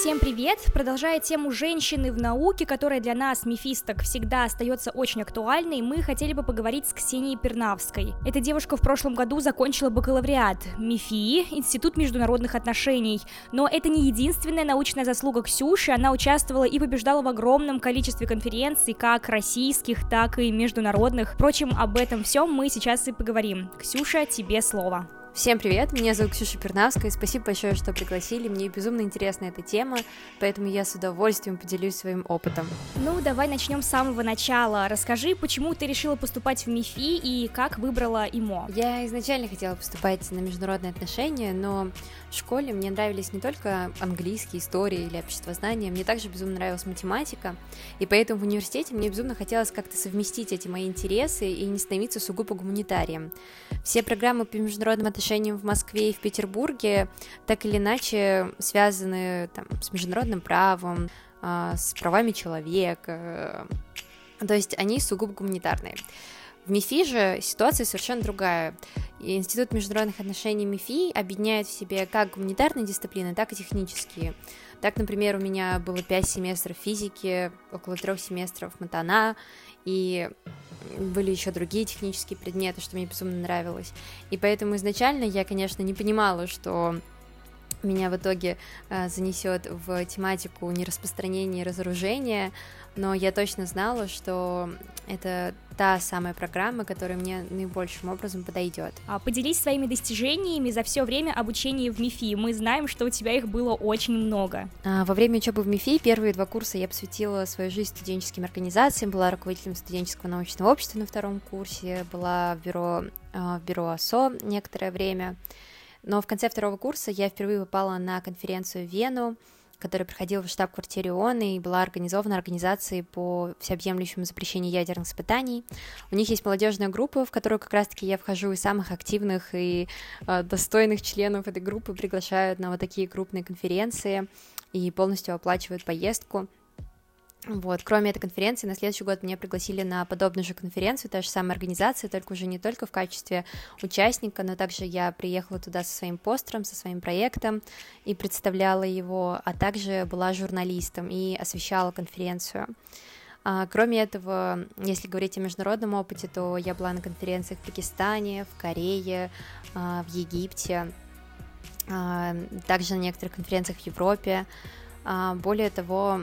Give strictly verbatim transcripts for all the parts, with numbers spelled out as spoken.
Всем привет! Продолжая тему женщины в науке, которая для нас, мефисток, всегда остается очень актуальной, мы хотели бы поговорить с Ксенией Пернавской. Эта девушка в прошлом году закончила бакалавриат МИФИ, Институт международных отношений. Но это не единственная научная заслуга Ксюши, она участвовала и побеждала в огромном количестве конференций, как российских, так и международных. Впрочем, об этом всем мы сейчас и поговорим. Ксюша, тебе слово. Всем привет, меня зовут Ксюша Пернавская, спасибо большое, что пригласили, мне безумно интересна эта тема, поэтому я с удовольствием поделюсь своим опытом. Ну, давай начнем с самого начала. Расскажи, почему ты решила поступать в МИФИ и как выбрала ИМО? Я изначально хотела поступать на международные отношения, но в школе мне нравились не только английский, история или обществознание, мне также безумно нравилась математика, и поэтому в университете мне безумно хотелось как-то совместить эти мои интересы и не становиться сугубо гуманитарием. Все программы по международным отношениям в Москве и в Петербурге так или иначе связаны там, с международным правом, с правами человека, то есть они сугубо гуманитарные. В МИФИ же ситуация совершенно другая. Институт международных отношений МИФИ объединяет в себе как гуманитарные дисциплины, так и технические. Так, например, у меня было пять семестров физики, около трех семестров матана, и были еще другие технические предметы, что мне безумно нравилось. И поэтому изначально я, конечно, не понимала, что меня в итоге э, занесет в тематику нераспространения и разоружения, но я точно знала, что это та самая программа, которая мне наибольшим образом подойдет. А поделись своими достижениями за все время обучения в МИФИ. Мы знаем, что у тебя их было очень много. А, во время учебы в МИФИ первые два курса я посвятила свою жизнь студенческим организациям, была руководителем студенческого научного общества на втором курсе, была в бюро, в бюро ОСО некоторое время. Но в конце второго курса я впервые попала на конференцию в Вену, которая проходила в штаб-квартире ООН и была организована организацией по всеобъемлющему запрещению ядерных испытаний. У них есть молодежная группа, в которую как раз-таки я вхожу, и самых активных и э, достойных членов этой группы приглашают на вот такие крупные конференции и полностью оплачивают поездку. Вот. Кроме этой конференции, на следующий год меня пригласили на подобную же конференцию, та же самая организация, только уже не только в качестве участника, но также я приехала туда со своим постером, со своим проектом и представляла его, а также была журналистом и освещала конференцию. А, кроме этого, если говорить о международном опыте, то я была на конференциях в Пакистане, в Корее, а, в Египте, а, также на некоторых конференциях в Европе. Более того,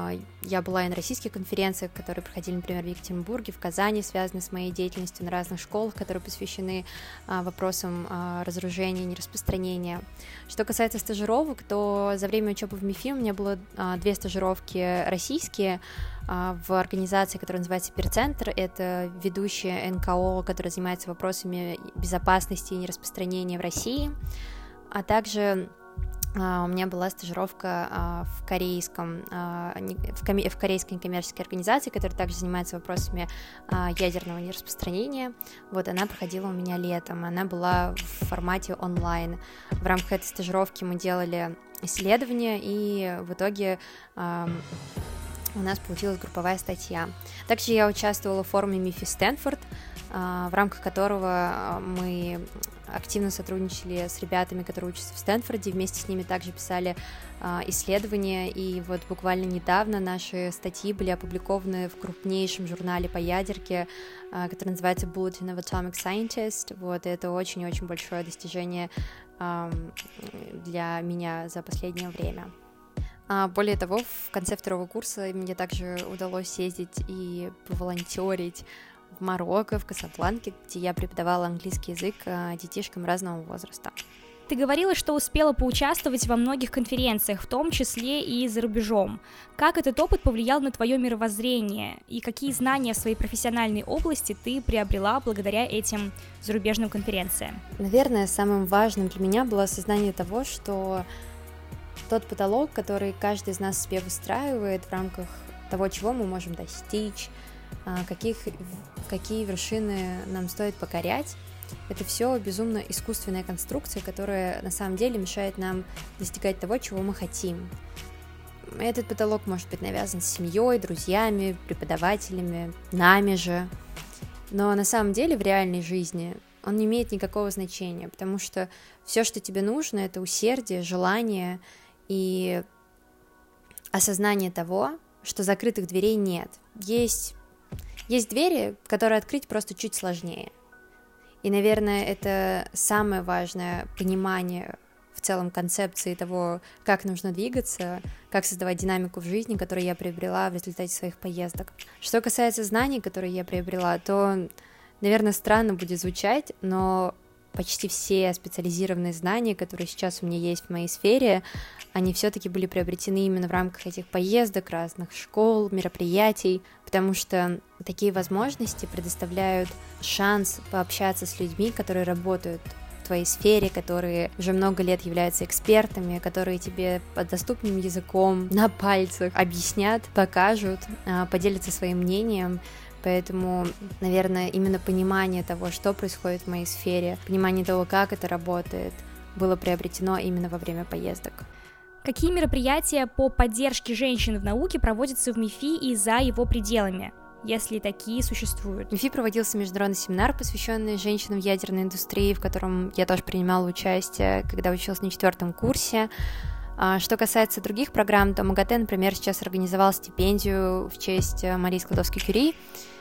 я была и на российских конференциях, которые проходили, например, в Екатеринбурге, в Казани, связанные с моей деятельностью на разных школах, которые посвящены вопросам разоружения и нераспространения. Что касается стажировок, то за время учебы в МИФИ у меня было две стажировки российские в организации, которая называется Перцентр. Это ведущая эн ка о, которая занимается вопросами безопасности и нераспространения в России, а также у меня была стажировка в, корейском, в, коме, в корейской коммерческой организации, которая также занимается вопросами ядерного нераспространения. Вот, она проходила у меня летом, она была в формате онлайн. В рамках этой стажировки мы делали исследования, и в итоге у нас получилась групповая статья. Также я участвовала в форуме МИФИ Стэнфорд, в рамках которого мы активно сотрудничали с ребятами, которые учатся в Стэнфорде, вместе с ними также писали исследования, и вот буквально недавно наши статьи были опубликованы в крупнейшем журнале по ядерке, который называется Bulletin of Atomic Scientist. Вот, и это очень-очень большое достижение для меня за последнее время. Более того, в конце второго курса мне также удалось съездить и поволонтерить в Марокко, в Касабланке, где я преподавала английский язык детишкам разного возраста. Ты говорила, что успела поучаствовать во многих конференциях, в том числе и за рубежом. Как этот опыт повлиял на твое мировоззрение? И какие знания в своей профессиональной области ты приобрела благодаря этим зарубежным конференциям? Наверное, самым важным для меня было осознание того, что тот потолок, который каждый из нас себе выстраивает в рамках того, чего мы можем достичь, каких, какие вершины нам стоит покорять, это все безумно искусственная конструкция, которая на самом деле мешает нам достигать того, чего мы хотим. Этот потолок может быть навязан семьей, друзьями, преподавателями, нами же, но на самом деле в реальной жизни он не имеет никакого значения, потому что все, что тебе нужно, это усердие, желание и осознание того, что закрытых дверей нет. Есть, есть двери, которые открыть просто чуть сложнее. И, наверное, это самое важное понимание в целом концепции того, как нужно двигаться, как создавать динамику в жизни, которую я приобрела в результате своих поездок. Что касается знаний, которые я приобрела, то, наверное, странно будет звучать, но почти все специализированные знания, которые сейчас у меня есть в моей сфере, они все-таки были приобретены именно в рамках этих поездок, разных школ, мероприятий, потому что такие возможности предоставляют шанс пообщаться с людьми, которые работают в твоей сфере, которые уже много лет являются экспертами, которые тебе под доступным языком, на пальцах объяснят, покажут, поделятся своим мнением. Поэтому, наверное, именно понимание того, что происходит в моей сфере, понимание того, как это работает, было приобретено именно во время поездок. Какие мероприятия по поддержке женщин в науке проводятся в МИФИ и за его пределами, если такие существуют? В МИФИ проводился международный семинар, посвященный женщинам в ядерной индустрии, в котором я тоже принимала участие, когда училась на четвертом курсе. Что касается других программ, то МАГАТЭ, например, сейчас организовал стипендию в честь Марии Складовской-Кюри,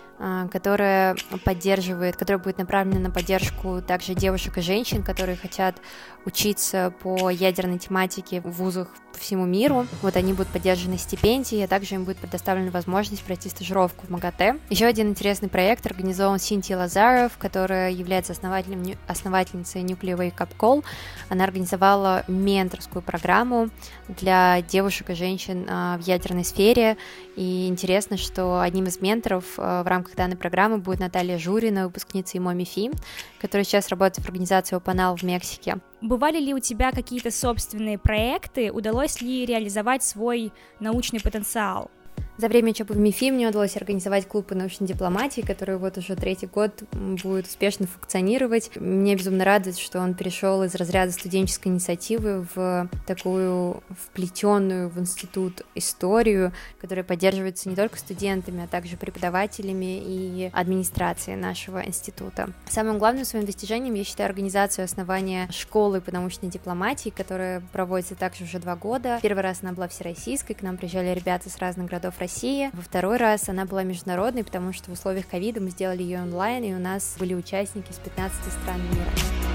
которая поддерживает, которая будет направлена на поддержку также девушек и женщин, которые хотят учиться по ядерной тематике в вузах по всему миру. Вот они будут поддержаны стипендией, а также им будет предоставлена возможность пройти стажировку в МАГАТЭ. Еще один интересный проект организован Синтией Лазаров, которая является основателем, основательницей Nuclear Wake Up Call. Она организовала менторскую программу для девушек и женщин в ядерной сфере. И интересно, что одним из менторов в рамках данной программы будет Наталья Журина, выпускница ИМО МИФИ, которая сейчас работает в организации Опанал в Мексике. Бывали ли у тебя какие-то собственные проекты? Удалось ли реализовать свой научный потенциал? За время учебы в МИФИ мне удалось организовать клуб по научной дипломатии, который вот уже третий год будет успешно функционировать. Мне безумно радует, что он перешел из разряда студенческой инициативы в такую вплетенную в институт историю, которая поддерживается не только студентами, а также преподавателями и администрацией нашего института. Самым главным своим достижением я считаю организацию основания школы по научной дипломатии, которая проводится также уже два года. Первый раз она была всероссийской, к нам приезжали ребята с разных городов России. Во второй раз она была международной, потому что в условиях ковида мы сделали ее онлайн, и у нас были участники из пятнадцати стран мира.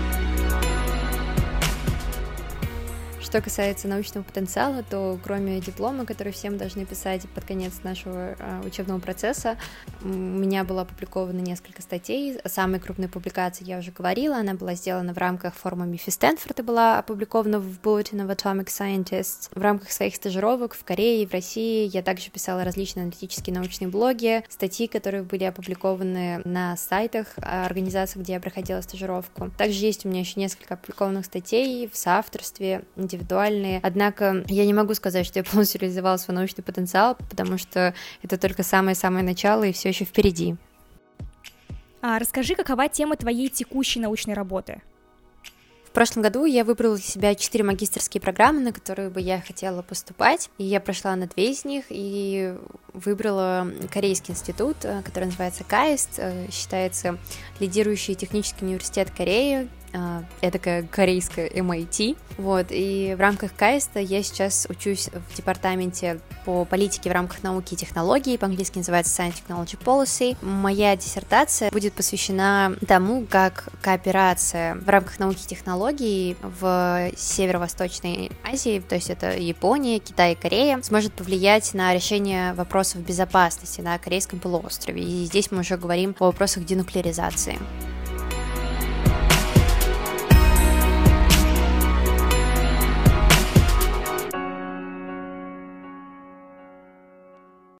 Что касается научного потенциала, то кроме диплома, который все мы должны писать под конец нашего э, учебного процесса, у меня было опубликовано несколько статей. О самой крупной публикации я уже говорила, она была сделана в рамках форума МИФИ Стэнфорд и была опубликована в Bulletin of Atomic Scientists. В рамках своих стажировок в Корее и в России я также писала различные аналитические научные блоги, статьи, которые были опубликованы на сайтах организаций, где я проходила стажировку. Также есть у меня еще несколько опубликованных статей в соавторстве, индивидуальные. Однако я не могу сказать, что я полностью реализовала свой научный потенциал, потому что это только самое-самое начало и все еще впереди. А расскажи, какова тема твоей текущей научной работы? В прошлом году я выбрала для себя четыре магистерские программы, на которые бы я хотела поступать, и я прошла на две из них и выбрала Корейский институт, который называется КАИСТ, считается лидирующий технический университет Кореи, это такая корейская эм ай ти, вот, и в рамках КАИСТа я сейчас учусь в департаменте по политике в рамках науки и технологий, по-английски называется Science Technology Policy. Моя диссертация будет посвящена тому, как кооперация в рамках науки и технологий в Северо-Восточной Азии, то есть это Япония, Китай и Корея, сможет повлиять на решение вопросов безопасности на Корейском полуострове, и здесь мы уже говорим о вопросах денуклеаризации.